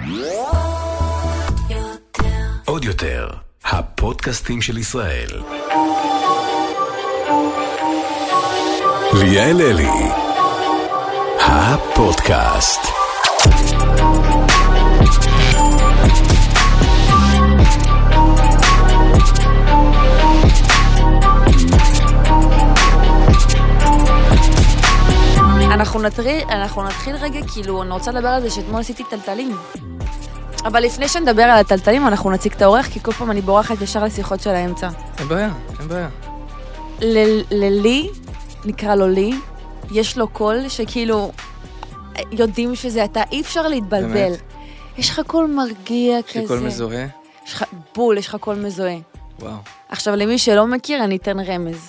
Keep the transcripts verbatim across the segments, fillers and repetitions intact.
עוד יותר, הפודקאסטים של ישראל. ליאל אלי, הפודקאסט. אנחנו נתחיל, אנחנו נתחיל רגע, כאילו, אני רוצה לדבר על זה שאתמול עשיתי טלטלים. אבל לפני שנדבר על הטלטלים, אנחנו נציג את האורך, כי כל פעם אני בורחת ישר לשיחות של האמצע. אין בעיה, אין בעיה. ללי, נקרא לו לי, יש לו קול שכאילו, יודעים שזה אתה, אי אפשר להתבלבל. באמת? יש לך קול מרגיע כזה. יש לי קול מזוהה? יש לך, בול, יש לך קול מזוהה. וואו. עכשיו, למי שלא מכיר, אני אתן רמז.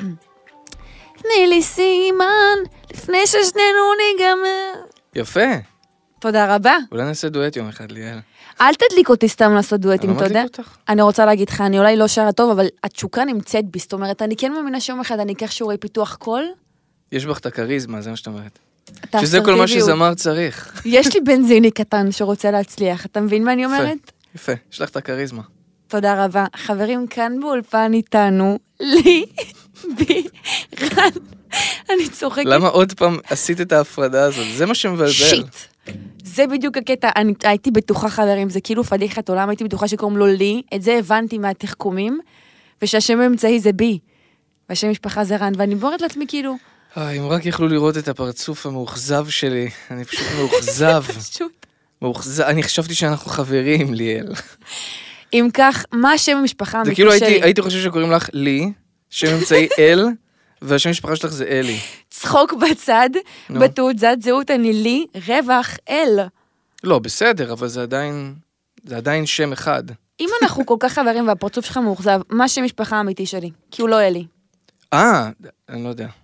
תני לי סימן, לפני ששנינו ניגמר. יפה. תודה רבה. אולי נעשה דואט יום אחד, ליאל. אל תדליק אותי סתם לעשות דואטים, אתה יודע? אני לא מדליק אותך. אני רוצה להגיד לך, אני אולי לא שרה טוב, אבל התשוקה נמצאת בי, זאת אומרת, אני כן מאמינה שיום אחד, אני אקח שיעורי פיתוח קול. יש בך את הקריזמה, זה מה שאת אומרת. שזה כל מה שזמר צריך. יש לי בנזיני קטן שרוצה להצליח, אתה מבין מה אני אומרת? יפה, יש לך את הקריזמה. תודה רבה. חברים, כאן באולפן איתנו, לי, בי, רן. אני צוחקת. למה עוד פעם עשית את ההפרדה הזאת? זה מה שמבלבל. שיט. זה בדיוק הקטע. אני הייתי בטוחה, חברים, זה כאילו פדיחת עולם, הייתי בטוחה שקוראים לו לי, את זה הבנתי מהתחכומים, ושהשם האמצעי זה בי, והשם משפחה זה רן, ואני בורת לעצמי כאילו... אם רק יכלו לראות את הפרצוף המאוכזב שלי, אני פשוט מאוכזב. פשוט. מאוכזב. אני חשבתי שאנחנו חברים, ליאל. אם כך, מה השם המשפחה האמיתי שלי? זה כאילו הייתי חושב שקוראים לך לי, שם אמצעי אל, והשם המשפחה שלך זה אלי. צחוק בצד, בתעודת זהות אני לי, רווח אל. לא, בסדר, אבל זה עדיין, זה עדיין שם אחד. אם אנחנו כל כך חברים והפרצוף שלך מאוכזב, מה השם המשפחה האמיתי שלי? כי הוא לא אלי. אה, אני לא יודע.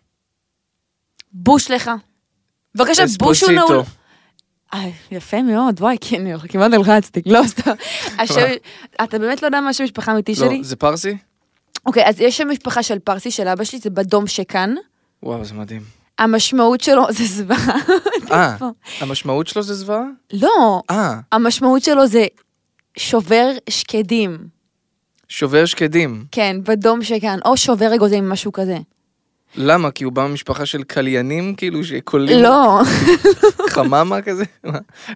בוש לך. בבקשה, בוש הוא נעול. יפה מאוד, וואי, כן, כמעט הלחצתי, לא סתם. אתה באמת לא יודע מה השם המשפחה האמיתי שלי? לא, זה פרסי? אוקיי, אז יש שם משפחה של פרסי של אבא שלי, זה בדום שכאן. וואו, זה מדהים. המשמעות שלו זה זוועה. אה, המשמעות שלו זה זוועה? לא. אה. המשמעות שלו זה שובר שקדים. שובר שקדים? כן, בדום שכאן, או שובר אגוזים, משהו כזה. למה? כי הוא בא ממשפחה של קליינים, כאילו, שקולים? לא. חממה כזה? מה?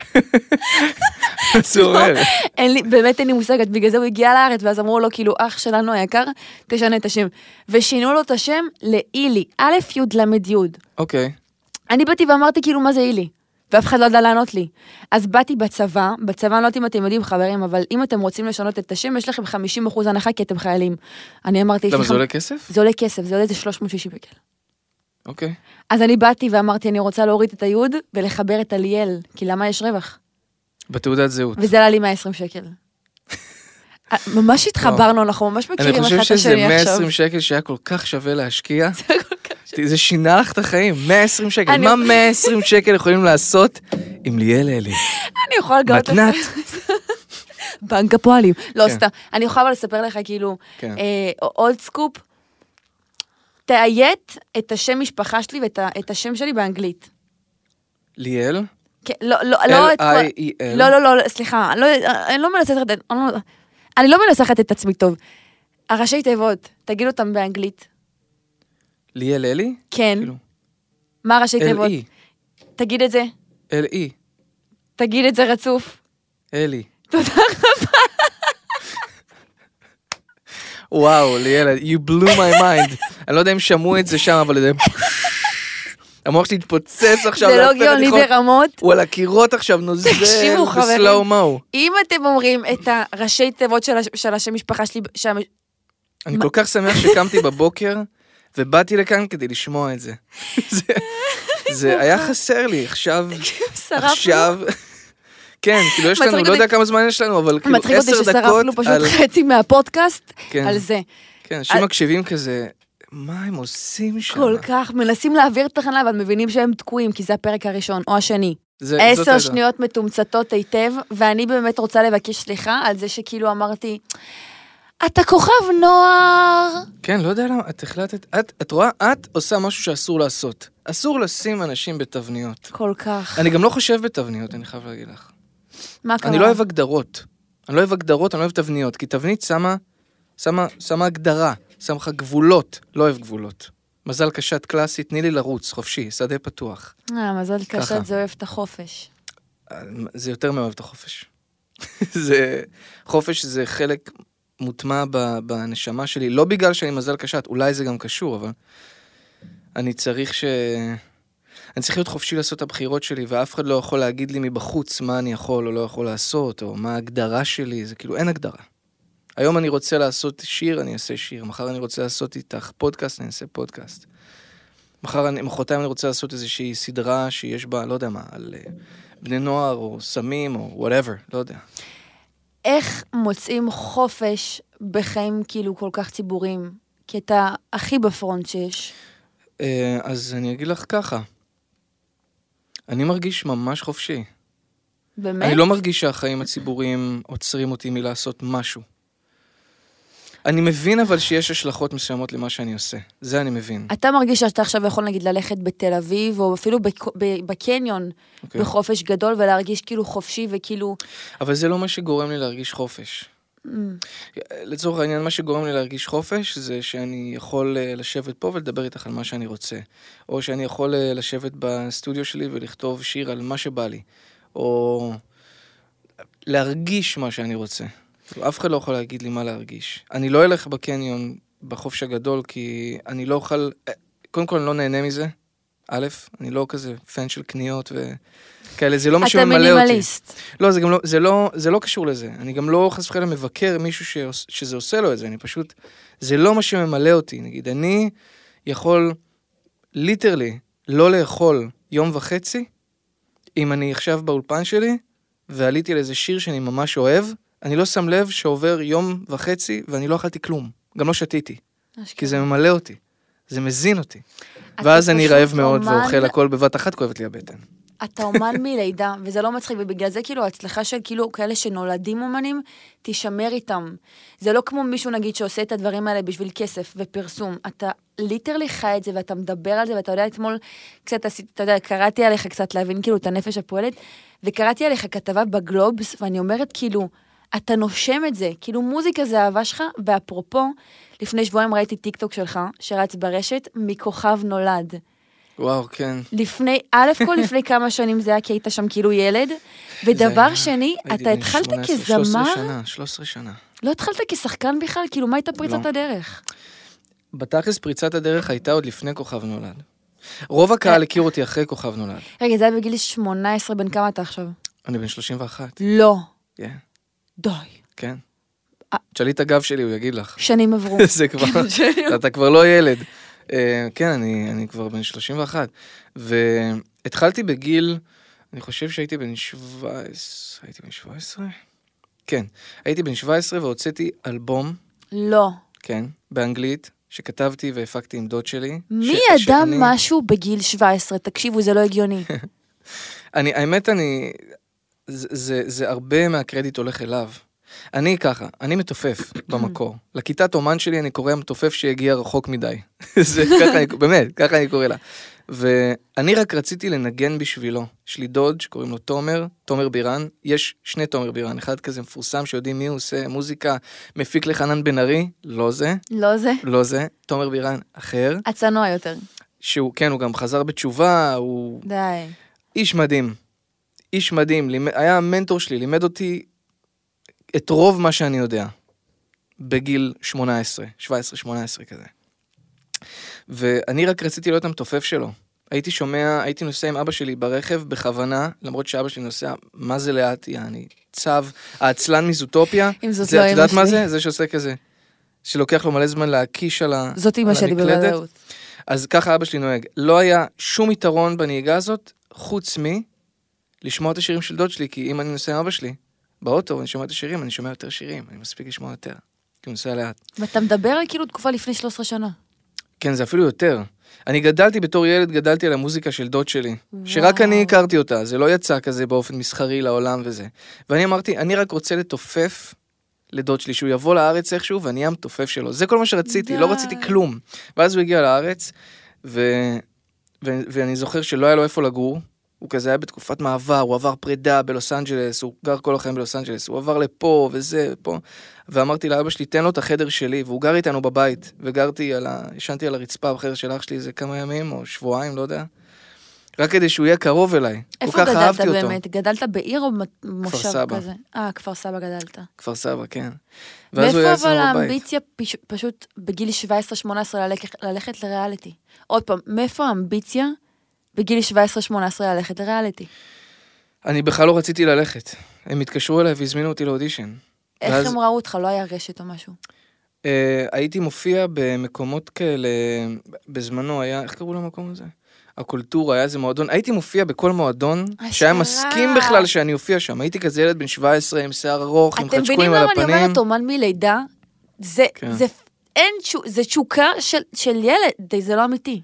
זה אומר. באמת אין לי מושגת, בגלל זה הוא הגיע לארץ, ואז אמרו לו, כאילו, אח שלנו היקר, תשנה את השם. ושינו לו את השם לאילי, א' י' למד י'. אוקיי. אני באתי ואמרתי, כאילו, מה זה אילי? ואף אחד לא ידע לענות לי. אז באתי בצבא, בצבא אני לא יודעת אם אתם יודעים, חברים, אבל אם אתם רוצים לשנות את השם, יש לכם חמישים אחוז הנחה, כי אתם חיילים. אני אמרתי... למה, זה עולה כסף? זה עולה כסף, זה עולה איזה שלוש מאות ושישים שקל. אוקיי. אז אני באתי ואמרתי, אני רוצה להוריד את היוד, ולחבר את הליאל, כי למה יש רווח? בתעודת זהות. וזה עלה לי מאה ועשרים שקל. ממש התחברנו, אנחנו ממש מכירים אחת השני עכשיו. אני חושב שזה מאה ועשרים שקל שהיה כל כך שווה להשקיע. זה כל כך שווה. זה שינה לך את החיים, מאה ועשרים שקל. מה מאה ועשרים שקל יכולים לעשות עם ליאל אלי? אני יכולה לגאות לך. מתנת. בנק הפועלים. לא, סתם. אני יכולה לספר לך כאילו, אולד סקופ, תאיית את השם משפחה שלי ואת השם שלי באנגלית. ליאל? כן, לא, לא, לא, לא, לא, לא, סליחה, אני לא מנסחת, אני לא מנסחת את עצמי טוב. הראשי תיבות, תגיד אותם באנגלית. ליאל אלי? כן. מה הראשי תיבות? אל-אי. תגיד את זה. אל-אי. תגיד את זה רצוף. אלי. תודה רבה. וואו, ליאל, you blew my mind. אני לא יודע אם שמעו את זה שם, אבל זה... המוח שלי התפוצץ עכשיו. זה לא גאוני ברמות. הוא על הקירות עכשיו נוזל בסלואו מאו. אם אתם אומרים את הראשי תיבות של השם משפחה שלי... אני כל כך שמח שקמתי בבוקר, ובאתי לכאן כדי לשמוע את זה. זה היה חסר לי, עכשיו... עכשיו... כן, כאילו יש לנו, לא יודע כמה זמן יש לנו, אבל כאילו עשר דקות... מצחיק אותי ששרפנו פשוט חצי מהפודקאסט על זה. כן, אנשים מקשיבים כזה... מה הם עושים שם? כל כך, מנסים להעביר תחנה, אבל מבינים שהם תקועים, כי זה הפרק הראשון, או השני. עשר שניות מתומצתות היטב, ואני באמת רוצה לבקש סליחה על זה שכאילו אמרתי, אתה כוכב נוער. כן, לא יודע למה, את החלטת, את, את רואה, את עושה משהו שאסור לעשות. אסור לשים אנשים בתבניות. כל כך. אני גם לא חושב בתבניות, אני חייב להגיד לך. מה קרה? אני לא אוהב הגדרות. אני לא אוהב הגדרות, אני לא אוהב תבניות, כי תבנית שמה, שמה, שמה הגדרה, שמה לך גבולות, לא אוהב גבולות. מזל קשת קלאסי, תני לי לרוץ, חופשי, שדה פתוח. אה, מזל קשת זה אוהב את החופש. זה יותר מאוהב את החופש. זה, חופש זה חלק מוטמע בנשמה שלי, לא בגלל שאני מזל קשת, אולי זה גם קשור, אבל אני צריך ש... אני צריך להיות חופשי לעשות את הבחירות שלי, ואף אחד לא יכול להגיד לי מבחוץ מה אני יכול או לא יכול לעשות, או מה ההגדרה שלי, זה כאילו אין הגדרה. היום אני רוצה לעשות שיר, אני אעשה שיר, מחר אני רוצה לעשות איתך פודקאסט, אני אעשה פודקאסט. מחר, מחרתיים אני רוצה לעשות איזושהי סדרה שיש בה, לא יודע מה, על uh, בני נוער או סמים או whatever, לא יודע. איך מוצאים חופש בחיים כאילו כל כך ציבוריים? כי אתה הכי בפרונט שיש. Uh, אז אני אגיד לך ככה. אני מרגיש ממש חופשי. באמת? אני לא מרגיש שהחיים הציבוריים עוצרים אותי מלעשות משהו. אני מבין אבל שיש השלכות מסוימות למה שאני עושה. זה אני מבין. אתה מרגיש שאתה עכשיו יכול נגיד ללכת בתל אביב, או אפילו בקניון, okay. בחופש גדול, ולהרגיש כאילו חופשי וכאילו... אבל זה לא מה שגורם לי להרגיש חופש. Mm. לצורך העניין, מה שגורם לי להרגיש חופש, זה שאני יכול לשבת פה ולדבר איתך על מה שאני רוצה. או שאני יכול לשבת בסטודיו שלי ולכתוב שיר על מה שבא לי. או להרגיש מה שאני רוצה. אף אחד לא יכול להגיד לי מה להרגיש. אני לא אלך בקניון בחופש הגדול, כי אני לא אוכל... קודם כל, אני לא נהנה מזה. א', אני לא כזה פן של קניות וכאלה, זה לא מה שממלא אותי. אתה מינימליסט. לא, זה גם לא, זה לא, זה לא קשור לזה. אני גם לא חס וחלילה מבקר מישהו ש, שזה עושה לו את זה. אני פשוט... זה לא מה שממלא אותי. נגיד, אני יכול ליטרלי לא לאכול יום וחצי, אם אני עכשיו באולפן שלי, ועליתי על איזה שיר שאני ממש אוהב, אני לא שם לב שעובר יום וחצי, ואני לא אכלתי כלום. גם לא שתיתי. כי זה ממלא אותי. זה מזין אותי. ואז אני רעב מאוד, ואוכל הכל בבת אחת, כואבת לי הבטן. אתה אומן מלידה, וזה לא מצחיק, ובגלל זה כאילו ההצלחה של כאילו כאלה שנולדים אומנים, תשמר איתם. זה לא כמו מישהו נגיד שעושה את הדברים האלה בשביל כסף ופרסום. אתה ליטרלי חי את זה, ואתה מדבר על זה, ואתה יודע, אתמול קצת עשית, אתה יודע, קראתי עליך קצת להבין כאילו את הנפש הפועלת, וקראתי עליך כתבה בגלובס, ואני אומרת כאילו, אתה נושם את זה, כאילו מוזיקה זה אהבה שלך, ואפרופו, לפני שבועיים ראיתי טיק טוק שלך, שרץ ברשת, מכוכב נולד. וואו, כן. לפני, א' כל לפני כמה שנים זה היה, כי היית שם כאילו ילד, ודבר שני, אתה התחלת כזמר... שלוש עשרה שנה, שלוש עשרה שנה. לא התחלת כשחקן בכלל, כאילו מה הייתה פריצת הדרך? בתכלס פריצת הדרך הייתה עוד לפני כוכב נולד. רוב הקהל הכיר אותי אחרי כוכב נולד. רגע, זה היה בגיל שמונה עשרה, בן כמה אתה עכשיו? אני בן שלושים ואחת. לא. כן. די. כן. תשאלי את הגב שלי, הוא יגיד לך. שנים עברו. זה כבר, אתה כבר לא ילד. כן, אני כבר בן שלושים ואחת. והתחלתי בגיל, אני חושב שהייתי בן שבע עשרה, הייתי בן שבע עשרה? כן. הייתי בן שבע עשרה והוצאתי אלבום. לא. כן, באנגלית, שכתבתי והפקתי עם דוד שלי. מי ידע משהו בגיל שבע עשרה? תקשיבו, זה לא הגיוני. אני, האמת, אני... זה, זה, זה הרבה מהקרדיט הולך אליו. אני ככה, אני מתופף במקור. לכיתת אומן שלי אני קורא מתופף שהגיע רחוק מדי. זה ככה אני, באמת, ככה אני קורא לה. ואני רק רציתי לנגן בשבילו. יש לי דוד שקוראים לו תומר, תומר בירן. יש שני תומר בירן, אחד כזה מפורסם שיודעים מי הוא עושה מוזיקה, מפיק לחנן בן ארי, לא זה. לא זה. לא זה, תומר בירן אחר. הצנוע יותר. שהוא, כן, הוא גם חזר בתשובה, הוא... די. איש מדהים. איש מדהים, היה המנטור שלי, לימד אותי את רוב מה שאני יודע, בגיל שמונה עשרה, שבע עשרה שמונה עשרה כזה. ואני רק רציתי להיות המתופף שלו. הייתי שומע, הייתי נוסע עם אבא שלי ברכב בכוונה, למרות שאבא שלי נוסע, מה זה לאט, יעני, צו, העצלן מזוטופיה. אם זאת לא אמא שלי. את יודעת מה זה? זה שעושה כזה, שלוקח לו מלא זמן להקיש על המקלדת. זאת אמא שלי בוודאות. אז ככה אבא שלי נוהג. לא היה שום יתרון בנהיגה הזאת, חוץ מי, לשמוע את השירים של דוד שלי, כי אם אני נוסע עם אבא שלי, באוטו, ואני שומע את השירים, אני שומע יותר שירים, אני מספיק לשמוע יותר, כי הוא נוסע לאט. ואתה מדבר על כאילו תקופה לפני שלוש עשרה שנה. כן, זה אפילו יותר. אני גדלתי בתור ילד, גדלתי על המוזיקה של דוד שלי, וואו. שרק אני הכרתי אותה, זה לא יצא כזה באופן מסחרי לעולם וזה. ואני אמרתי, אני רק רוצה לתופף לדוד שלי, שהוא יבוא לארץ איכשהו, ואני אהיה המתופף שלו. זה כל מה שרציתי, די. לא רציתי כלום. ואז הוא הגיע לארץ, ו... ו... ואני זוכר שלא היה לו איפה לגור, הוא כזה היה בתקופת מעבר, הוא עבר פרידה בלוס אנג'לס, הוא גר כל החיים בלוס אנג'לס, הוא עבר לפה וזה, פה, ואמרתי לאבא שלי, תן לו את החדר שלי, והוא גר איתנו בבית, וגרתי על ה... ישנתי על הרצפה בחדר של אח שלי איזה כמה ימים, או שבועיים, לא יודע. רק כדי שהוא יהיה קרוב אליי. איפה גדלת באמת? גדלת בעיר או מושב כזה? אה, כפר סבא גדלת. כפר סבא, כן. מאיפה אבל האמביציה פשוט בגיל שבע עשרה שמונה עשרה ללכת לריאליטי? עוד פעם, מאיפה האמביציה בגיל שבע עשרה שמונה עשרה ללכת לריאליטי? אני בכלל לא רציתי ללכת. הם התקשרו אליי והזמינו אותי לאודישן. איך הם ראו אותך? לא היה רשת או משהו? הייתי מופיע במקומות כאלה, בזמנו היה, איך קראו למקום הזה? הקולטורה, היה איזה מועדון, הייתי מופיע בכל מועדון, שהיה מסכים בכלל שאני אופיע שם, הייתי כזה ילד בן שבע עשרה עם שיער ארוך, עם חדשקויים על הפנים. אתם מבינים למה אני אומרת אומן מלידה? זה, זה, אין, זה תשוקה של, של ילד, זה לא אמיתי.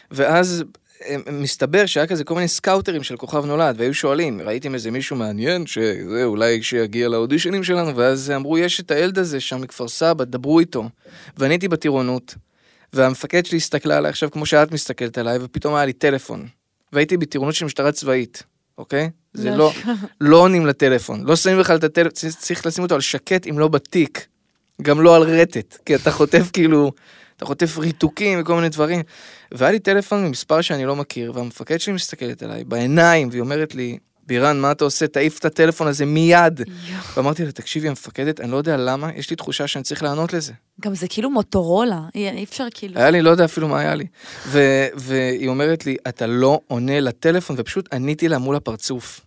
ואז מסתבר שהיה כזה כל מיני סקאוטרים של כוכב נולד, והיו שואלים, ראיתם איזה מישהו מעניין, שזה אולי שיגיע לאודישנים שלנו, ואז אמרו, יש את הילד הזה שם מכפר סבא, דברו איתו, ואני הייתי בטירונות, והמפקד שלי הסתכלה עליי עכשיו כמו שאת מסתכלת עליי, ופתאום היה לי טלפון. והייתי בטירונות של משטרה צבאית, אוקיי? זה לא, לא עונים לטלפון. לא שמים בכלל את הטלפון, צריך לשים אותו על שקט אם לא בתיק. גם לא על רטט, כי אתה חוטף כאילו, אתה חוטף ריתוקים וכל מיני דברים. והיה לי טלפון ממספר שאני לא מכיר, והמפקד שלי מסתכלת עליי בעיניים, והיא אומרת לי, בירן, מה אתה עושה? תעיף את הטלפון הזה מיד. ואמרתי לה, תקשיבי, המפקדת, אני לא יודע למה, יש לי תחושה שאני צריך לענות לזה. גם זה כאילו מוטורולה, אי אפשר כאילו... היה לי, לא יודע אפילו מה היה לי. והיא אומרת לי, אתה לא עונה לטלפון, ופשוט עניתי לה מול הפרצוף.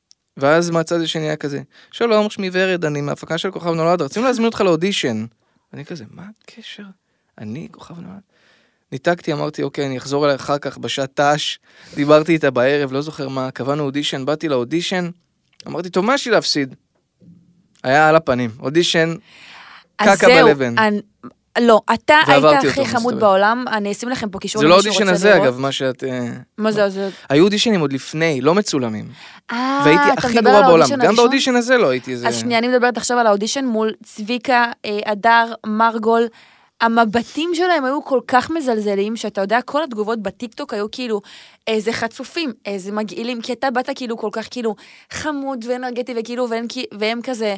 ואז מהצד השני היה כזה, שלום, שמי ורד, אני מהפקה של כוכב נולד, רצינו להזמין אותך לאודישן. ואני כזה, מה הקשר? אני כוכב נולד? ניתקתי, אמרתי, אוקיי, אני אחזור אליי אחר כך בשעת תש, דיברתי איתה בערב, לא זוכר מה, קבענו אודישן, באתי לאודישן, אמרתי, טוב, מה יש לי להפסיד? היה על הפנים, אודישן, קקה בלבן. לא, אתה היית הכי חמוד בעולם, אני אשים לכם פה קישור. זה לא אודישן הזה, אגב, מה שאת... מה זה, זה... היו אודישנים עוד לפני, לא מצולמים. והייתי הכי גרוע בעולם, גם באודישן הזה לא הייתי איזה... אז שנייה, אני מדברת עכשיו על האודישן מול צביקה, אדר, מרגול, המבטים שלהם היו כל כך מזלזלים, שאתה יודע, כל התגובות בטיקטוק היו כאילו, איזה חצופים, איזה מגעילים, כי אתה באת כאילו כל כך כאילו חמוד ואנרגטי, וכאילו, והם כזה,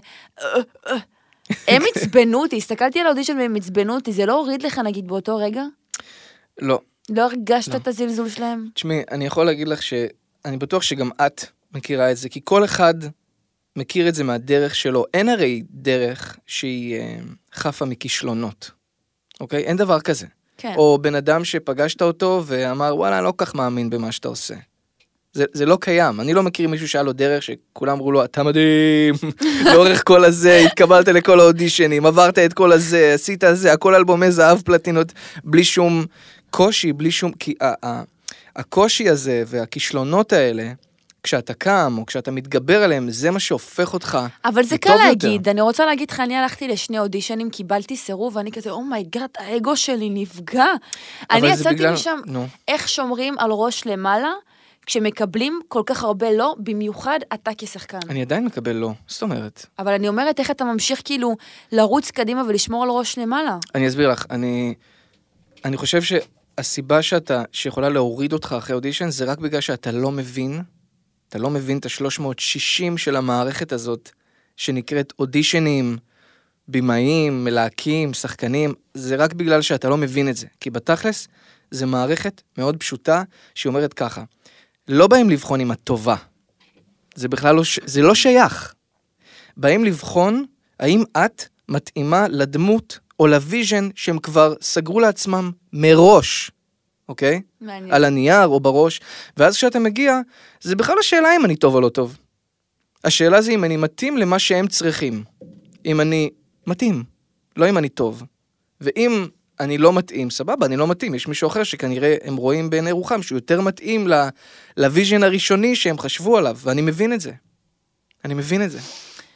הם הצבנו אותי, הסתכלתי על האודישן והם הצבנו אותי, זה לא הוריד לך נגיד באותו רגע? לא. לא הרגשת את הזלזול שלהם? תשמעי, אני יכול להגיד לך שאני בטוח שגם את מכירה את זה, כי כל אחד מכיר את זה מהדרך שלו, אין הרי דרך שהיא חפה מכישלונות. אוקיי? אין דבר כזה. כן. או בן אדם שפגשת אותו ואמר, וואלה, אני לא כך מאמין במה שאתה עושה. זה, זה לא קיים. אני לא מכיר מישהו שהיה לו דרך שכולם אמרו לו, אתה מדהים, לאורך כל הזה, התקבלת לכל האודישנים, עברת את כל הזה, עשית זה, הכל אלבומי זהב פלטינות, בלי שום קושי, בלי שום... כי ה- ה- הקושי הזה והכישלונות האלה, כשאתה קם, או כשאתה מתגבר עליהם, זה מה שהופך אותך לטוב יותר. אבל זה קל להגיד, אני רוצה להגיד לך, אני הלכתי לשני אודישנים, קיבלתי סירוב, ואני כזה, אומייגאד, האגו שלי נפגע. אני יצאתי משם, איך שומרים על ראש למעלה, כשמקבלים כל כך הרבה לא, במיוחד אתה כשחקן. אני עדיין מקבל לא, זאת אומרת. אבל אני אומרת, איך אתה ממשיך כאילו לרוץ קדימה ולשמור על ראש למעלה? אני אסביר לך, אני, אני חושב שהסיבה שאתה, שיכולה להוריד אותך אחרי אודישן, זה רק בגלל שאתה לא מבין, אתה לא מבין את ה-שלוש מאות שישים של המערכת הזאת, שנקראת אודישנים, בימאים, מלהקים, שחקנים, זה רק בגלל שאתה לא מבין את זה. כי בתכלס, זה מערכת מאוד פשוטה, שהיא אומרת ככה, לא באים לבחון עם הטובה. זה בכלל לא, זה לא שייך. באים לבחון, האם את מתאימה לדמות, או לוויז'ן, שהם כבר סגרו לעצמם מראש. אוקיי? מעניין. על הנייר או בראש, ואז כשאתה מגיע, זה בכלל השאלה אם אני טוב או לא טוב. השאלה זה אם אני מתאים למה שהם צריכים. אם אני מתאים, לא אם אני טוב. ואם אני לא מתאים, סבבה, אני לא מתאים. יש מישהו אחר שכנראה הם רואים בעיני רוחם, שהוא יותר מתאים לוויז'ן הראשוני שהם חשבו עליו, ואני מבין את זה. אני מבין את זה.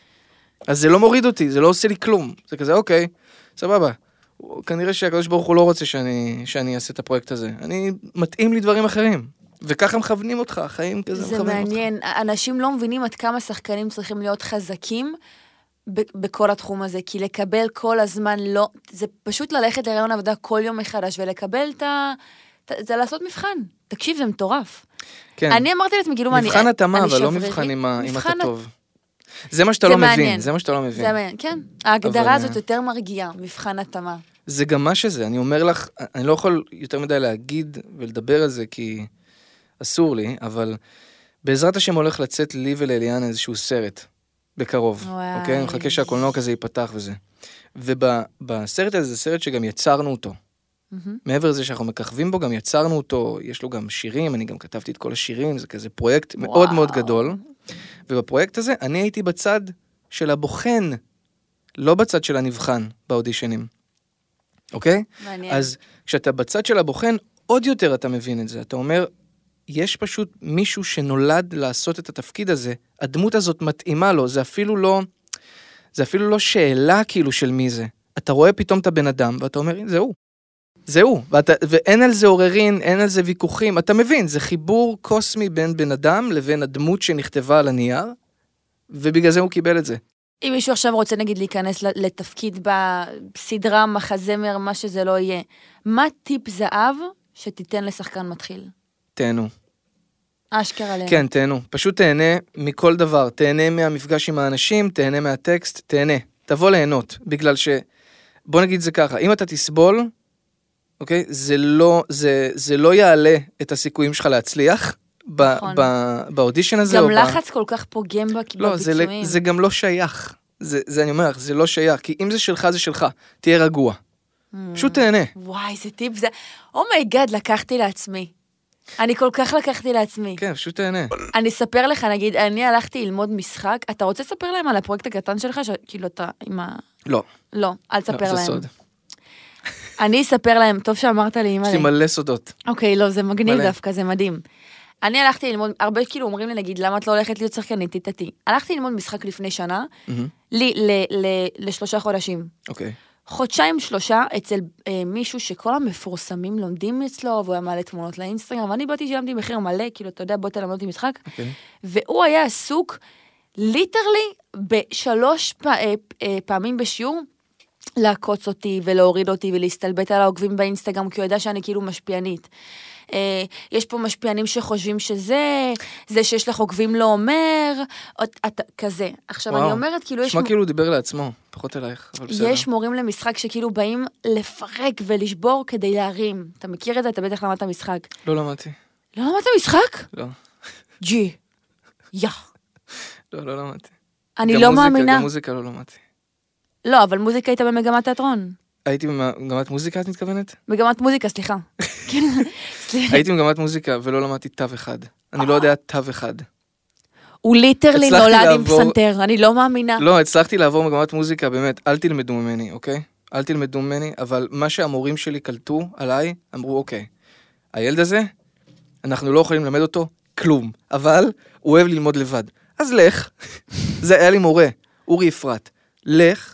אז זה לא מוריד אותי, זה לא עושה לי כלום. זה כזה, אוקיי, סבבה. כנראה שהקדוש ברוך הוא לא רוצה שאני, שאני אעשה את הפרויקט הזה. אני מתאים לי דברים אחרים. וככה מכוונים אותך, החיים כזה מכוונים אותך. זה מעניין. אנשים לא מבינים עד כמה שחקנים צריכים להיות חזקים ב- בכל התחום הזה, כי לקבל כל הזמן לא, זה פשוט ללכת לרעיון עבודה כל יום מחדש, ולקבל את ה... זה לעשות מבחן. תקשיב, זה מטורף. כן. אני אמרתי לעצמי, כאילו, מה, אני... מבחן התאמה, אבל לא מבחן אם אתה טוב. זה מה שאתה לא מבין, זה מה שאתה לא מבין. זה מעניין, כן. ההגדרה הזאת יותר מרגיעה, מבחן התאמה. זה גם מה שזה, אני אומר לך, אני לא יכול יותר מדי להגיד ולדבר על זה, כי אסור לי, אבל בעזרת השם הולך לצאת לי ולאליאנה איזשהו סרט, בקרוב, אוקיי? אני מחכה שהקולנוע כזה ייפתח וזה. ובסרט הזה, זה סרט שגם יצרנו אותו. מעבר לזה שאנחנו מככבים בו, גם יצרנו אותו, יש לו גם שירים, אני גם כתבתי את כל השירים, זה כזה פרויקט מאוד מאוד גדול. ובפרויקט הזה, אני הייתי בצד של הבוחן, לא בצד של הנבחן, באודישנים. אוקיי? מעניין. אז כשאתה בצד של הבוחן, עוד יותר אתה מבין את זה. אתה אומר, יש פשוט מישהו שנולד לעשות את התפקיד הזה, הדמות הזאת מתאימה לו, זה אפילו לא, זה אפילו לא שאלה כאילו של מי זה. אתה רואה פתאום את הבן אדם, ואתה אומר, זה הוא. זה הוא. ואתה, ואין על זה עוררין, אין על זה ויכוחים. אתה מבין, זה חיבור קוסמי בין בן אדם לבין הדמות שנכתבה על הנייר, ובגלל זה הוא קיבל את זה. אם מישהו עכשיו רוצה נגיד להיכנס לתפקיד בסדרה, מחזמר, מה שזה לא יהיה, מה טיפ זהב שתיתן לשחקן מתחיל? תהנו. אשכרה עליהם. כן, תהנו. פשוט תהנה מכל דבר. תהנה מהמפגש עם האנשים, תהנה מהטקסט, תהנה. תבוא ליהנות. בגלל ש... בוא נגיד זה ככה, אם אתה תסבול, אוקיי? זה לא, זה, זה לא יעלה את הסיכויים שלך להצליח. נכון. באודישן הזה. גם לחץ ב... כל כך פוגם בה, לא, בביצועים. זה, זה גם לא שייך. זה, זה אני אומר לך, זה לא שייך. כי אם זה שלך, זה שלך. תהיה רגוע. Mm. פשוט תהנה. וואי, זה טיפ, זה... אומייגאד, לקחתי לעצמי. אני כל כך לקחתי לעצמי. כן, פשוט תהנה. אני אספר לך, נגיד, אני הלכתי ללמוד משחק, אתה רוצה לספר להם על הפרויקט הקטן שלך, שכאילו אתה עם ה... לא. לא, אל תספר לא, להם. זה סוד. אני אספר להם, טוב שאמרת לי, אמא לי. יש לי מלא סודות. אוקיי, לא, זה מגניב דווקא, זה מדהים. אני הלכתי ללמוד, הרבה כאילו אומרים לי, נגיד, למה את לא הולכת להיות שחקנית, תתתי. הלכתי ללמוד משחק לפני שנה, לי, לשלושה חודשים. אוקיי. חודשיים שלושה אצל מישהו שכל המפורסמים לומדים אצלו, והוא היה מעלה תמונות לאינסטגרם, ואני באתי שילמתי מחיר מלא, כאילו, אתה יודע, בוא תלמד אותי משחק, והוא היה עסוק, ליטרלי, בשלוש פעמים בשיעור, לעקוץ אותי ולהוריד אותי ולהסתלבט על העוקבים באינסטגרם, כי הוא יודע שאני כאילו משפיענית. יש פה משפיענים שחושבים שזה, זה שיש לך עוקבים לא אומר, כזה. עכשיו אני אומרת, כאילו יש... שמה כאילו דיבר לעצמו, פחות אלייך, אבל בסדר. יש מורים למשחק שכאילו באים לפרק ולשבור כדי להרים. אתה מכיר את זה? אתה בטח למדת משחק. לא למדתי. לא למדת משחק? לא. ג'י. יא. לא, לא למדתי. אני לא מאמינה. גם מוזיקה לא למדתי. לא, אבל מוזיקה הייתה במגמת תיאטרון. הייתי במגמת מוזיקה, את מתכוונת? מגמת מוזיקה, סליחה. הייתי במגמת מוזיקה ולא למדתי תו אחד. אני לא יודע תו אחד. הוא ליטרלי נולד עם פסנתר, אני לא מאמינה. לא, הצלחתי לעבור מגמת מוזיקה, באמת, אל תלמדו ממני, אוקיי? אל תלמדו ממני, אבל מה שהמורים שלי קלטו עליי, אמרו, אוקיי, הילד הזה, אנחנו לא יכולים ללמד אותו כלום, אבל הוא אוהב ללמוד לבד. אז לך, זה היה לי מורה, אורי אפרת, לך,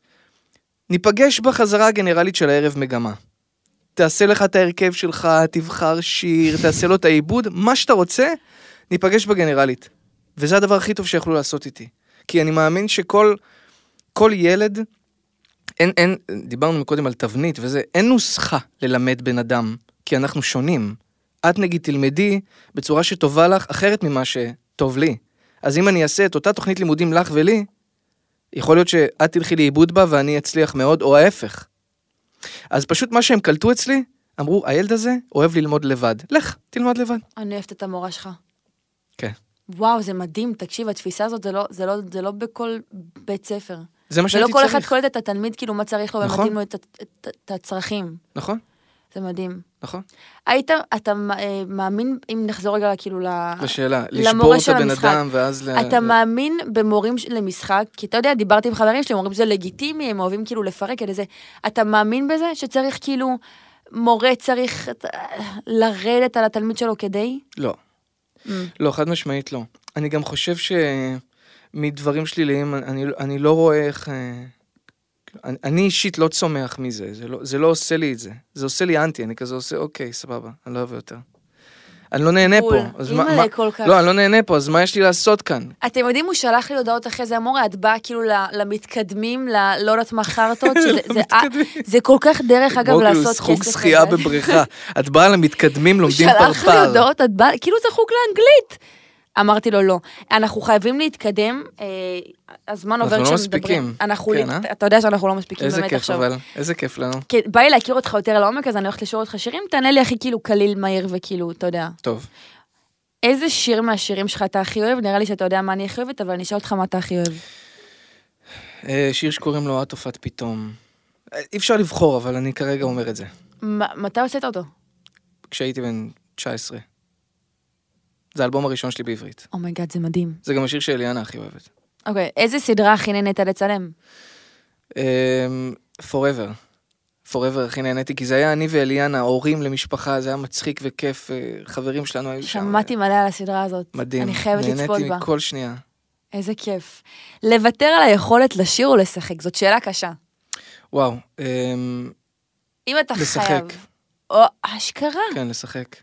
ניפגש בחזרה הגנרלית של הערב מגמה. תעשה לך את ההרכב שלך, תבחר שיר, תעשה לו את העיבוד, מה שאתה רוצה, ניפגש בגנרלית. וזה הדבר הכי טוב שיכולו לעשות איתי. כי אני מאמין שכל כל ילד, אין, אין, דיברנו מקודם על תבנית, וזה, אין נוסחה ללמד בן אדם, כי אנחנו שונים. את נגיד תלמדי בצורה שטובה לך, אחרת ממה שטוב לי. אז אם אני אעשה את אותה תוכנית לימודים לך ולי, יכול להיות שאת תלכי לאיבוד בה ואני אצליח מאוד, או ההפך. אז פשוט מה שהם קלטו אצלי, אמרו, הילד הזה אוהב ללמוד לבד. לך, תלמד לבד. אני אוהבת את המורה שלך. כן. וואו, זה מדהים, תקשיב, התפיסה הזאת, זה לא, זה לא, זה לא בכל בית ספר. זה מה שהייתי צריך. ולא כל אחד קולט את התלמיד, כאילו מה צריך לו, נכון. ומתאים לו את, את, את, את הצרכים. נכון. זה מדהים. נכון. היית, אתה מאמין, אם נחזור רגע כאילו לשאלה, לשבור את הבן אדם ואז... אתה מאמין במורים למשחק, כי אתה יודע, דיברתי עם חברים שלי, אומרים זה לגיטימי, הם אוהבים כאילו לפרק את זה. אתה מאמין בזה שצריך כאילו, מורה צריך לרדת על התלמיד שלו כדי? לא. לא, חד משמעית לא. אני גם חושב שמדברים שליליים, אני, אני לא רואה איך... אני, אני אישית לא צומח מזה, זה לא, זה לא עושה לי את זה. זה עושה לי אנטי, אני כזה עושה, אוקיי, סבבה, אני לא אוהב יותר. אני לא נהנה פה. אימא'לה כל כך. לא, אני לא נהנה פה, אז מה יש לי לעשות כאן? אתם יודעים, הוא שלח לי הודעות אחרי זה, אמור, את באה כאילו למתקדמים, לא יודעת מה חרטות, זה כל כך דרך, אגב, לעשות כסף. חוג שחייה בבריכה. את באה למתקדמים, לומדים פרפר. הוא שלח לי הודעות, את באה, כאילו זה חוג לאנגלית. אמרתי לו, לא. אנחנו חייבים להתקדם, הזמן עובר כשמדברים. אנחנו לא מספיקים. אתה יודע שאנחנו לא מספיקים באמת עכשיו. איזה כיף, אבל. איזה כיף לנו. בא לי להכיר אותך יותר לעומק, אז אני הולכת לשאול אותך שירים, תענה לי הכי כאילו קליל, מהיר וכאילו, אתה יודע. טוב. איזה שיר מהשירים שלך אתה הכי אוהב? נראה לי שאתה יודע מה אני הכי אוהבת, אבל אני אשאל אותך מה אתה הכי אוהב. שיר שקוראים לו את הופעת פתאום. אי אפשר לבחור, אבל אני כרגע אומר את זה. מתי עשית אותו? כשהייתי בן תשע עשרה. זה האלבום הראשון שלי בעברית. אומייגאד, זה מדהים. זה גם השיר שאליאנה הכי אוהבת. אוקיי, איזה סדרה הכי נהנית לצלם? Forever. Forever הכי נהניתי, כי זה היה אני ואליאנה, הורים למשפחה, זה היה מצחיק וכיף, חברים שלנו היו שם. שמעתי מלא על הסדרה הזאת. מדהים. אני חייבת לצפות בה. נהניתי מכל שנייה. איזה כיף. לוותר על היכולת לשיר או לשחק, זאת שאלה קשה. וואו. אם אתה חייב. או אשכרה. כן, לשחק.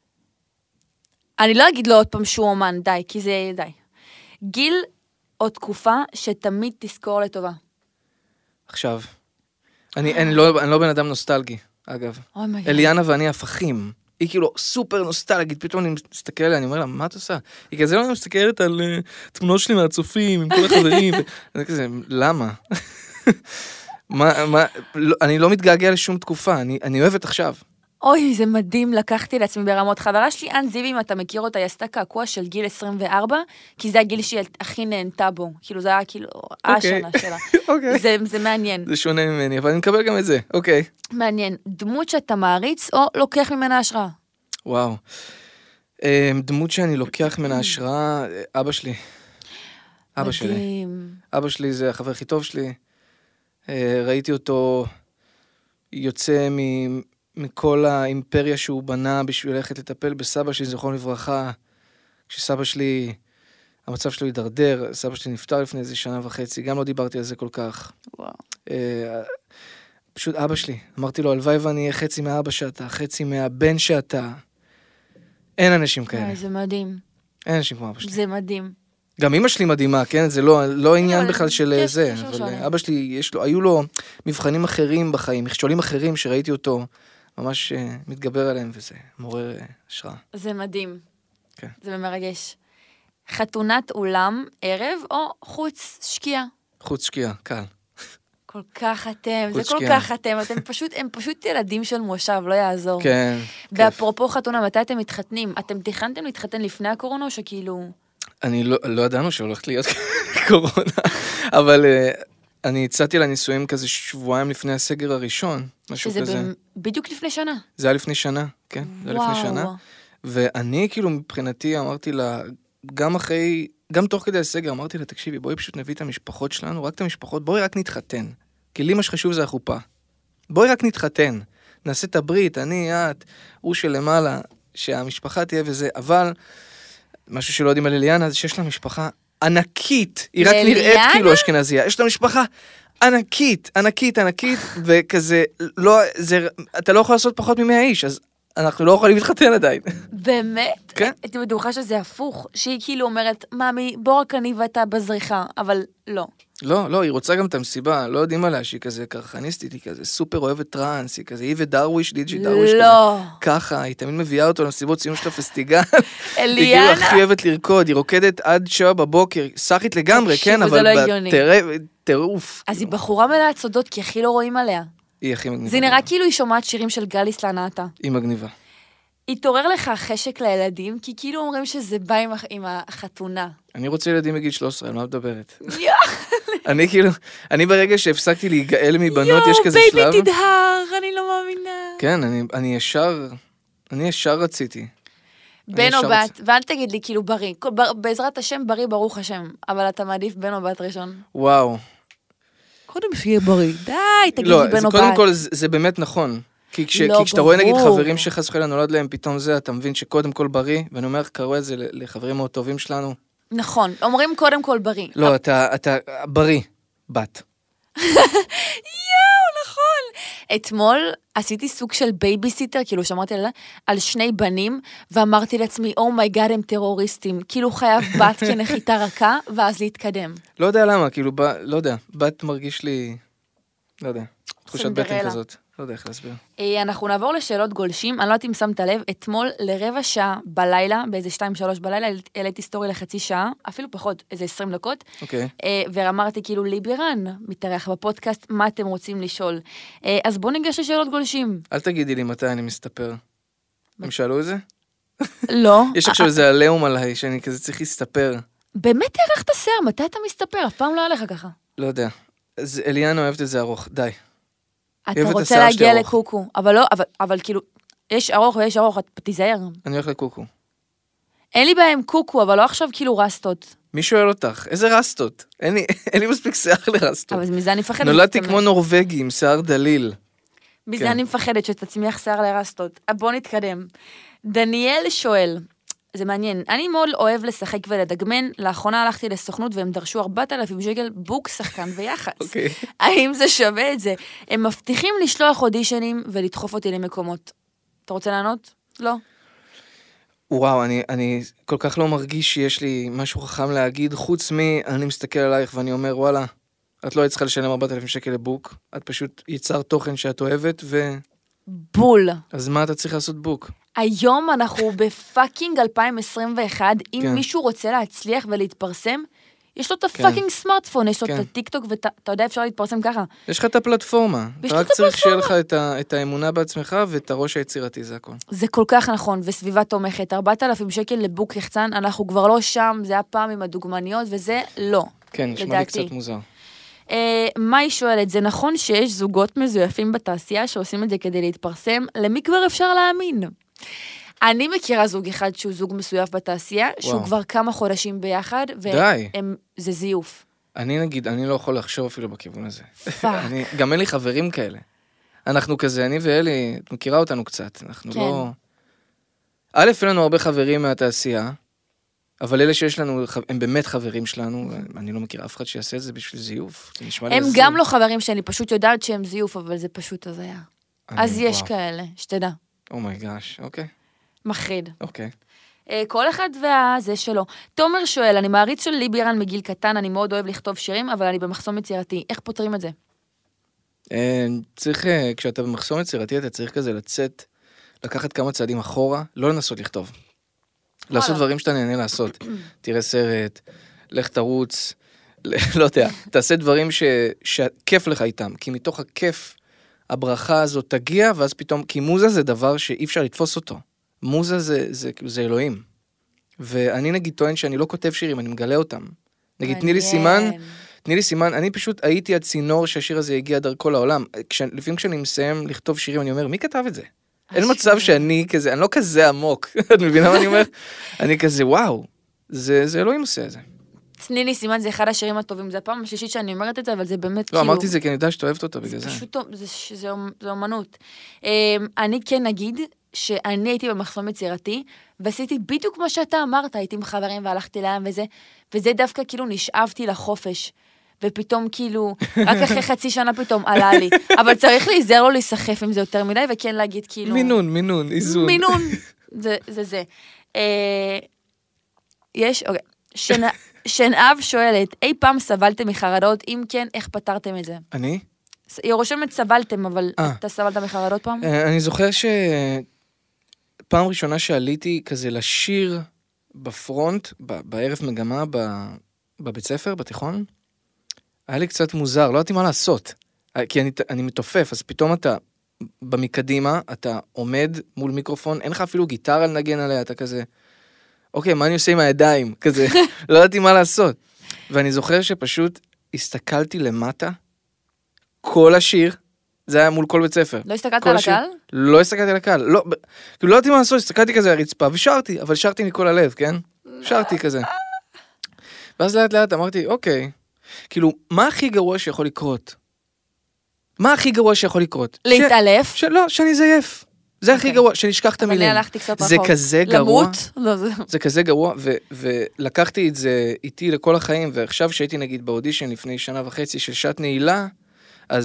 אני לא אגיד לו עוד פעם שהוא אומן, די, כי זה די. גיל או תקופה שתמיד תזכור לטובה. עכשיו. אני, אני, לא, אני לא בן אדם נוסטלגי, אגב. Oh אליאנה ואני הפכים. היא כאילו סופר נוסטלגית, פתאום אני מסתכל עליה, אני אומר לה, מה את עושה? היא כזה לא מסתכלת על uh, תמונות שלי מהצופים, עם כל החברים. אני כזה, למה? מה, מה, לא, אני לא מתגעגע לשום תקופה, אני, אני אוהבת עכשיו. אוי, זה מדהים, לקחתי לעצמי ברמות. חברה שלי, אן זיבי, אם אתה מכיר אותה, היא עשתה קעקוע של גיל עשרים וארבע, כי זה הגיל שהיא הכי נהנתה בו. כאילו, זה היה כאילו, השנה שלה. זה, זה מעניין. זה שונה ממני, אבל אני מקבל גם את זה. אוקיי. מעניין. דמות שאתה מעריץ, או לוקח ממנה השראה? וואו. דמות שאני לוקח ממנה השראה, אבא שלי. אבא שלי. אבא שלי זה החבר הכי טוב שלי. ראיתי אותו יוצא מ... מכל האימפריה שהוא בנה בשביל ללכת לטפל בסבא שלי, זכרון לברכה, כשסבא שלי, המצב שלו הידרדר, סבא שלי נפטר לפני איזה שנה וחצי, גם לא דיברתי על זה כל כך. וואו. פשוט אבא שלי, אמרתי לו, הלוואי ואני אהיה חצי מהאבא שאתה, חצי מהבן שאתה. אין אנשים כאלה. זה מדהים. אין אנשים כמו אבא שלי. זה מדהים. גם אמא שלי מדהימה, כן? זה לא, לא עניין בכלל של זה, אבל אבא שלי, יש לו, היו לו מבחנים אחרים בחיים, מכשולים אחרים שראיתי אותו, ממש מתגבר עליהם, וזה מעורר השראה. זה מדהים. כן. זה מרגש. חתונת אולם, ערב, או חוץ שקיעה? חוץ שקיעה, קל. כל כך אתם, זה כל כך אתם, אתם פשוט, הם פשוט ילדים של מושב, לא יעזור. כן. ואפרופו חתונה, מתי אתם מתחתנים? אתם תכנתם להתחתן לפני הקורונה, או שכאילו... אני לא, לא ידענו שהולכת להיות קורונה, אבל uh, אני הצעתי לנישואים כזה שבועיים לפני הסגר הראשון, משהו שזה כזה. שזה בדיוק לפני שנה? זה היה לפני שנה, כן, זה היה לפני שנה. ואני כאילו מבחינתי אמרתי לה, גם אחרי, גם תוך כדי הסגר אמרתי לה, תקשיבי, בואי פשוט נביא את המשפחות שלנו, רק את המשפחות, בואי רק נתחתן. כי לי מה שחשוב זה החופה. בואי רק נתחתן. נעשה את הברית, אני, את, הוא שלמעלה, שהמשפחה תהיה וזה, אבל... משהו שלא יודעים על אליאנה, זה שיש לה משפחה ענקית, היא רק נראית כאילו אשכנזיה, יש לה משפחה ענקית, ענקית, ענקית, וכזה, לא, זה, אתה לא יכול לעשות פחות ממאה איש, אז אנחנו לא יכולים להתחתן עדיין. באמת? כן. הייתי בטוחה שזה הפוך, שהיא כאילו אומרת, מאמי, בוא רק אני ואתה בזריחה, אבל לא. לא, לא, היא רוצה גם את המסיבה, לא יודעים עליה שהיא כזה קרחניסטית, היא כזה סופר אוהבת טרנס, היא כזה, היא ודרוויש, דיג'י דרוויש כזה. לא. ככה, היא תמיד מביאה אותו למסיבות סיום של הפסטיגל. אליאנה. היא כאילו הכי אוהבת לרקוד, היא רוקדת עד שבע בבוקר, סחית לגמרי, כן, אבל טירוף. אז היא בחורה מלאת סודות, כי הכי לא רואים עליה. היא הכי מגניבה. זה נראה כאילו היא שומעת שירים של גליס לענתה. היא מגניבה. התעורר לך חשק לילדים, כי כאילו אומרים שזה בא עם, עם החתונה. אני רוצה ילדים מגיל שלוש עשרה, על מה מדברת? אני כאילו, אני ברגע שהפסקתי להיגאל מבנות, יש כזה שלב. יואו, בייבי תדהר, אני לא מאמינה. כן, אני, אני ישר, אני ישר רציתי. בן או בת, ואל תגיד לי כאילו בריא, בעזרת השם בריא ברוך השם, אבל אתה מעדיף בן או בת ראשון. וואו. קודם שיהיה בריא, די, תגיד לא, לי בן או בת. קודם כל זה, זה באמת נכון. כי, כש, לא, כי כשאתה רואה נגיד חברים שחס וחלילה נולד להם פתאום זה, אתה מבין שקודם כל בריא, ואני אומר, קראו את זה לחברים מאוד טובים שלנו. נכון, אומרים קודם כל בריא. לא, אתה, אתה בריא, בת. יאו, נכון. אתמול עשיתי סוג של בייביסיטר, כאילו שמרתי על, על שני בנים, ואמרתי לעצמי, אומייגאד, הם טרוריסטים, כאילו חייב בת כנחיתה רכה, ואז להתקדם. לא יודע למה, כאילו, ב, לא יודע, בת מרגיש לי, לא יודע, תחושת בטן כזאת. לא יודע איך להסביר. אנחנו נעבור לשאלות גולשים, אני לא יודעת אם שמת לב, אתמול לרבע שעה בלילה, באיזה שתיים שלוש בלילה, העליתי סטורי לחצי שעה, אפילו פחות, איזה עשרים דקות, אוקיי. ואמרתי כאילו, ליברן, מתארח בפודקאסט, מה אתם רוצים לשאול? אז בואו ניגש לשאלות גולשים. אל תגידי לי מתי אני מסתפר. הם שאלו את זה? לא. יש עכשיו איזה עליהום עליי, שאני כזה צריך להסתפר. באמת תארחת שיער, מתי אתה מסתפר? אף פעם לא היה לך ככה. לא יודע. אז אליאנה אוהבת את זה ארוך, די. אתה רוצה להגיע לקוקו, אבל לא, אבל, אבל כאילו, יש ארוך ויש ארוך, את תיזהר. אני הולך לקוקו. אין לי בהם קוקו, אבל לא עכשיו כאילו רסטות. מי שואל אותך? איזה רסטות? אין לי, אין לי מספיק שיער לרסטות. אבל מזה אני מפחדת. נולדתי כמו נורווגי עם שיער דליל. מזה כן. אני מפחדת שתצמיח שיער לרסטות. בוא נתקדם. דניאל שואל, זה מעניין, אני מאוד אוהב לשחק ולדגמן, לאחרונה הלכתי לסוכנות והם דרשו ארבעת אלפים שקל בוק שחקן ויחס. אוקיי. האם זה שווה את זה? הם מבטיחים לשלוח אודישנים ולדחוף אותי למקומות. אתה רוצה לענות? לא. וואו, אני, אני כל כך לא מרגיש שיש לי משהו חכם להגיד, חוץ מי, אני מסתכל עלייך ואני אומר, וואלה, את לא היית צריכה לשלם ארבעת אלפים שקל לבוק, את פשוט ייצר תוכן שאת אוהבת ו... בול. אז מה אתה צריך לעשות בוק? היום אנחנו בפאקינג אלפיים עשרים ואחת, אם כן. מישהו רוצה להצליח ולהתפרסם, יש לו את הפאקינג סמארטפון, יש לו את הטיקטוק, ואתה יודע, אפשר להתפרסם ככה. יש לך את הפלטפורמה. רק צריך שיהיה לך את האמונה בעצמך ואת הראש היצירתי, זה הכל. זה כל כך נכון, וסביבה תומכת. ארבעת אלפים שקל לבוק יחצן, אנחנו כבר לא שם, זה הפעם עם הדוגמניות, וזה לא. כן, נשמע לי קצת מוזר. מה היא שואלת? זה נכון שיש זוגות מזויפים בתעשייה שעושים את זה כדי להתפרסם? למי כבר אפשר להאמין? אני מכירה זוג אחד שהוא זוג מסויף בתעשייה, שהוא וואו. כבר כמה חודשים ביחד, וזה זיוף. אני נגיד, אני לא יכול לחשוב אפילו בכיוון הזה. אני, גם אין לי חברים כאלה. אנחנו כזה, אני ואלי, את מכירה אותנו קצת, אנחנו כן. לא... א', אין לנו הרבה חברים מהתעשייה, אבל אלה שיש לנו, הם באמת חברים שלנו, אני לא מכיר אף אחד שיעשה את זה בשביל זיוף. זה נשמע לי הם הזיוף. גם לא חברים שאני פשוט יודעת שהם זיוף, אבל זה פשוט הזיה. אז יש וואו. כאלה, שתדע. אומייגש, אוקיי. מחריד. אוקיי. כל אחד והזה שלו. תומר שואל, אני מעריץ של ליברן מגיל קטן, אני מאוד אוהב לכתוב שירים, אבל אני במחסום יצירתי. איך פותרים את זה? צריך, כשאתה במחסום יצירתי, אתה צריך כזה לצאת, לקחת כמה צעדים אחורה, לא לנסות לכתוב. לעשות דברים שאתה נהנה לעשות. תראה סרט, לך תרוץ, לא יודע, תעשה דברים שכיף לך איתם, כי מתוך הכיף, הברכה הזאת תגיע, ואז פתאום, כי מוזה זה דבר שאי אפשר לתפוס אותו. מוזה זה, זה, זה אלוהים. ואני נגיד טוען שאני לא כותב שירים, אני מגלה אותם. נגיד, תני לי סימן, תני לי סימן, אני פשוט הייתי הצינור שהשיר הזה הגיע דרכו לעולם. כש, לפעמים כשאני מסיים לכתוב שירים, אני אומר, מי כתב את זה? אין מצב שאני כזה, אני לא כזה עמוק. את מבינה מה אני אומר? אני כזה, וואו, זה, זה אלוהים עושה את זה. תני לי סימן, זה אחד השירים הטובים, זה הפעם השלישית שאני אומרת את זה, אבל זה באמת כאילו... לא, אמרתי זה כי אני יודע שאתה אוהבת אותו בגלל זה. זה פשוט, זה אומנות. אני כן נגיד שאני הייתי במחסום יצירתי, ועשיתי בדיוק כמו שאתה אמרת, הייתי עם חברים והלכתי לים וזה, וזה דווקא כאילו נשאבתי לחופש, ופתאום כאילו, רק אחרי חצי שנה פתאום עלה לי, אבל צריך להיזהר לו להיסחף עם זה יותר מדי, וכן להגיד כאילו... מינון, מינון, איזון. מינון, זה זה. זה. יש, אוקיי, שנאב שואלת, אי פעם סבלתם מחרדות, אם כן, איך פתרתם את זה? אני? היא רושמת סבלתם, אבל אתה סבלת מחרדות פעם? אני זוכר שפעם ראשונה שעליתי כזה לשיר בפרונט, בערב מגמה, בבית ספר, בתיכון, היה לי קצת מוזר, לא יודעתי מה לעשות, כי אני, אני מתופף, אז פתאום אתה, במקדימה, אתה עומד מול מיקרופון, אין לך אפילו גיטרה לנגן עליה, אתה כזה, אוקיי, מה אני עושה עם הידיים? כזה, לא ידעתי מה לעשות. ואני זוכר שפשוט הסתכלתי למטה, כל השיר, זה היה מול כל בית ספר. לא הסתכלת על הקהל? לא הסתכלתי על הקהל, לא, כאילו לא ידעתי מה לעשות, הסתכלתי כזה על הרצפה, ושרתי, אבל שרתי מכל הלב, כן? שרתי כזה. ואז לאט לאט אמרתי, אוקיי, כאילו, מה הכי גרוע שיכול לקרות? מה הכי גרוע שיכול לקרות? להתעלף? לא, שאני זייף. זה הכי גרוע, שנשכח את המילים. זה כזה גרוע. זה כזה גרוע, ולקחתי את זה איתי לכל החיים, ועכשיו שהייתי נגיד באודישן לפני שנה וחצי של שעת נעילה, אז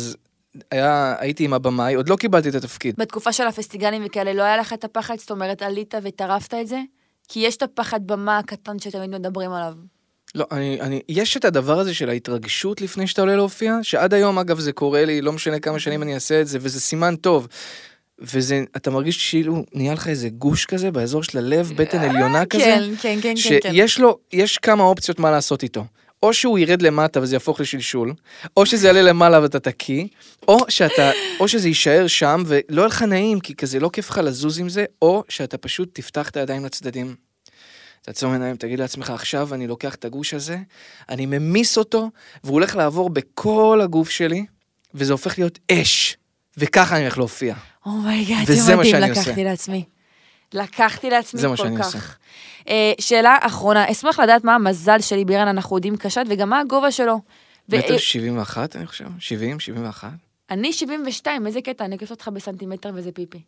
היה, הייתי עם הבמאי, עוד לא קיבלתי את התפקיד. בתקופה של הפסטיגלים וכאלה, לא היה לך את הפחד, זאת אומרת, עלית וטרפת את זה? כי יש את הפחד במה הקטן שתמיד מדברים עליו. לא, אני, אני, יש את הדבר הזה של ההתרגשות לפני שאתה עולה להופיע, שעד היום, אגב, זה קורה לי, לא משנה כמה שנים אני אעשה את זה, וזה סימן טוב. וזה, אתה מרגיש שאילו נהיה לך איזה גוש כזה, באזור של הלב, בטן עליונה כזה. כן, כן, כן, כן. שיש לו, יש כמה אופציות מה לעשות איתו. או שהוא ירד למטה וזה יהפוך לשלשול, או שזה יעלה למעלה ואתה תקי, או שאתה, או שזה יישאר שם ולא יהיה לך נעים, כי כזה לא כיף לך לזוז עם זה, או שאתה פשוט תפתח את הידיים לצדדים. תעצום עיניים, תגיד לעצמך, עכשיו אני לוקח את הגוש הזה, אני ממיס אותו, והוא הולך לעבור בכל הגוף שלי, וזה הופך להיות אש, וככה אני הולך להופיע. אומייגאד, זה מדהים, לקחתי לעצמי. לקחתי לעצמי כל כך. שאלה אחרונה, אשמח לדעת מה המזל שלי בירן, אנחנו יודעים קשת, וגם מה הגובה שלו. מטר שבעים ואחת, אני חושב, שבעים, שבעים ואחת. אני שבעים ושתיים, איזה קטע, אני אקף אותך בסנטימטר וזה פיפי.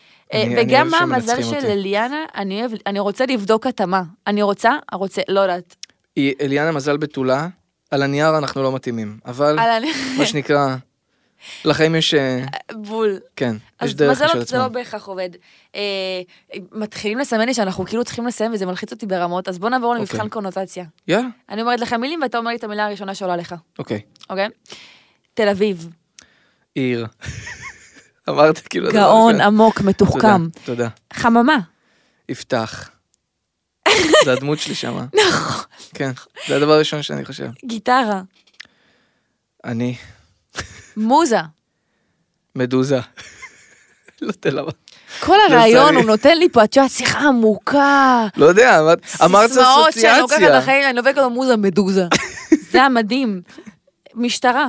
וגם מה המזל של אליאנה, אני רוצה לבדוק התאמה. אני רוצה, רוצה, לא יודעת. אליאנה מזל בתולה, על הנייר אנחנו לא מתאימים, אבל מה שנקרא... לחיים יש... בול. כן, יש דרך של עצמם. אז מזל זה לא בהכרח עובד. מתחילים לסמן לי שאנחנו כאילו צריכים לסיים, וזה מלחיץ אותי ברמות, אז בוא נעבור למבחן קונוטציה. יאללה. אני אומרת לך מילים, ואתה אומר לי את המילה הראשונה שעולה לך. אוקיי. אוקיי? תל אביב. עיר. אמרת כאילו... גאון, עמוק, מתוחכם. תודה. חממה. יפתח. זה הדמות שלי שמה. נכון. כן, זה הדבר הראשון שאני חושב. גיטרה. אני... מוזה. מדוזה. לא תלמה. כל הרעיון הוא נותן לי פה, את שאת שיחה עמוקה. לא יודע, אמרת אסוציאציה. סיסמאות שאני לוקחת לחיים, אני לובקת לו מוזה מדוזה. זה המדהים. משטרה.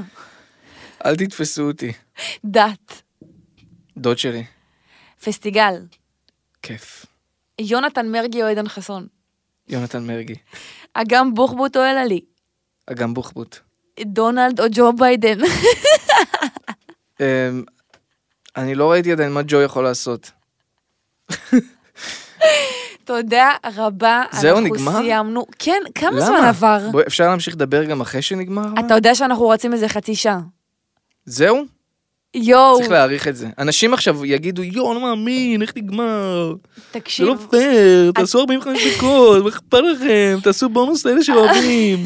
אל תתפסו אותי. דת. דוד שלי. פסטיגל. כיף. יונתן מרגי או עדן חסון? יונתן מרגי. אגם בוחבוט או אלעלי? אגם בוחבוט. דונלד או ג'ו ביידן? אני לא ראיתי עדיין מה ג'ו יכול לעשות. תודה רבה. זהו, נגמר? אנחנו סיימנו. כן, כמה זמן עבר? אפשר להמשיך לדבר גם אחרי שנגמר? אתה יודע שאנחנו רצים איזה חצי שעה. זהו? יואו. צריך להעריך את זה. אנשים עכשיו יגידו, יואו, לא מאמין, איך נגמר? תקשיב. זה לא פייר, תעשו ארבעים וחמש דקות, מה אכפת לכם? תעשו בונוס לאלה שאוהבים.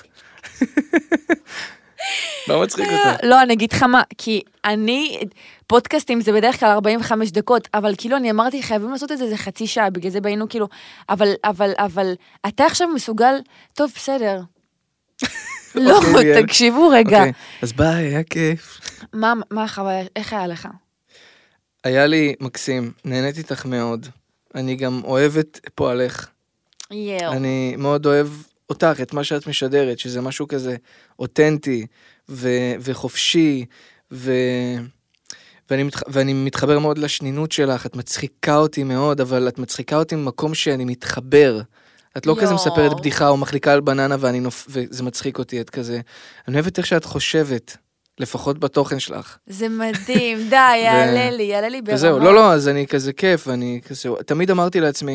לא מצחיק אותה. לא, אני אגיד לך מה, כי אני, פודקאסטים זה בדרך כלל ארבעים וחמש דקות, אבל כאילו אני אמרתי, חייבים לעשות את זה, זה חצי שעה, בגלל זה היינו כאילו, אבל, אבל, אבל, אתה עכשיו מסוגל, טוב, בסדר. לא, תקשיבו רגע. אז ביי, היה כיף. מה, מה החוויה, איך היה לך? היה לי מקסים, נהניתי איתך מאוד. אני גם אוהב את פועלך. יאו. אני מאוד אוהב אותך, את מה שאת משדרת, שזה משהו כזה אותנטי ו- וחופשי, ו- ואני, מתח- ואני מתחבר מאוד לשנינות שלך, את מצחיקה אותי מאוד, אבל את מצחיקה אותי ממקום שאני מתחבר. את לא יו. כזה מספרת בדיחה או מחליקה על בננה ואני נופ... וזה מצחיק אותי, את כזה. אני אוהבת איך שאת חושבת, לפחות בתוכן שלך. זה מדהים, די, יעלה לי, יעלה לי ברמה. וזהו, לא, לא, אז אני כזה כיף, אני כזה, תמיד אמרתי לעצמי,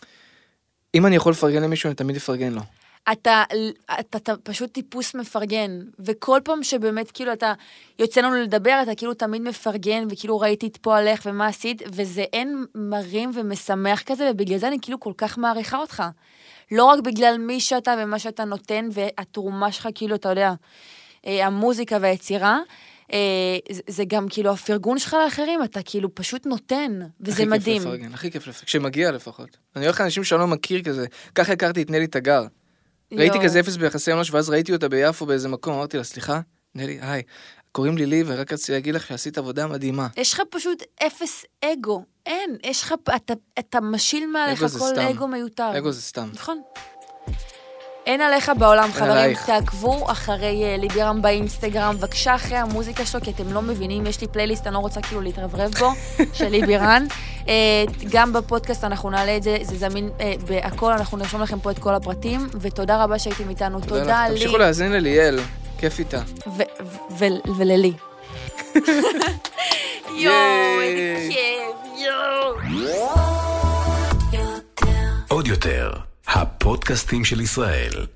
אם אני יכול לפרגן למישהו, אני תמיד אפרגן לו. אתה, אתה, אתה פשוט טיפוס מפרגן, וכל פעם שבאמת כאילו אתה יוצא לנו לדבר, אתה כאילו תמיד מפרגן, וכאילו ראיתי את פועלך ומה עשית, וזה אין מרים ומשמח כזה, ובגלל זה אני כאילו כל כך מעריכה אותך. לא רק בגלל מי שאתה ומה שאתה נותן, והתרומה שלך כאילו, אתה יודע, המוזיקה והיצירה, זה גם כאילו הפרגון שלך לאחרים, אתה כאילו פשוט נותן, וזה מדהים. הכי כיף לפרגן, הכי כיף לפרגן, כשמגיע לפחות. אני הולך לאנשים שאני לא מכיר כזה, ככה הכרתי את נלי תגר. ראיתי כזה אפס ביחסי אנוש, ואז ראיתי אותה ביפו באיזה מקום, אמרתי לה, סליחה, נלי, היי, קוראים לי לי, ורק רציתי להגיד לך שעשית עבודה מדהימה. יש לך פשוט אפס אגו, אין, יש לך, אתה, אתה משיל מעליך כל אגו מיותר. אגו זה סתם. נכון. אין עליך בעולם, חברים, תעקבו אחרי ליבירם באינסטגרם, בבקשה אחרי המוזיקה שלו, כי אתם לא מבינים, יש לי פלייליסט, אני לא רוצה כאילו להתרברב בו, של ליבירן. גם בפודקאסט אנחנו נעלה את זה, זה זמין בהכל, אנחנו נרשום לכם פה את כל הפרטים, ותודה רבה שהייתם איתנו, תודה לי. תמשיכו להאזין לליאל, כיף איתה. וללי. יואו, איזה כיף, יואו. עוד יותר, הפודקאסטים של ישראל.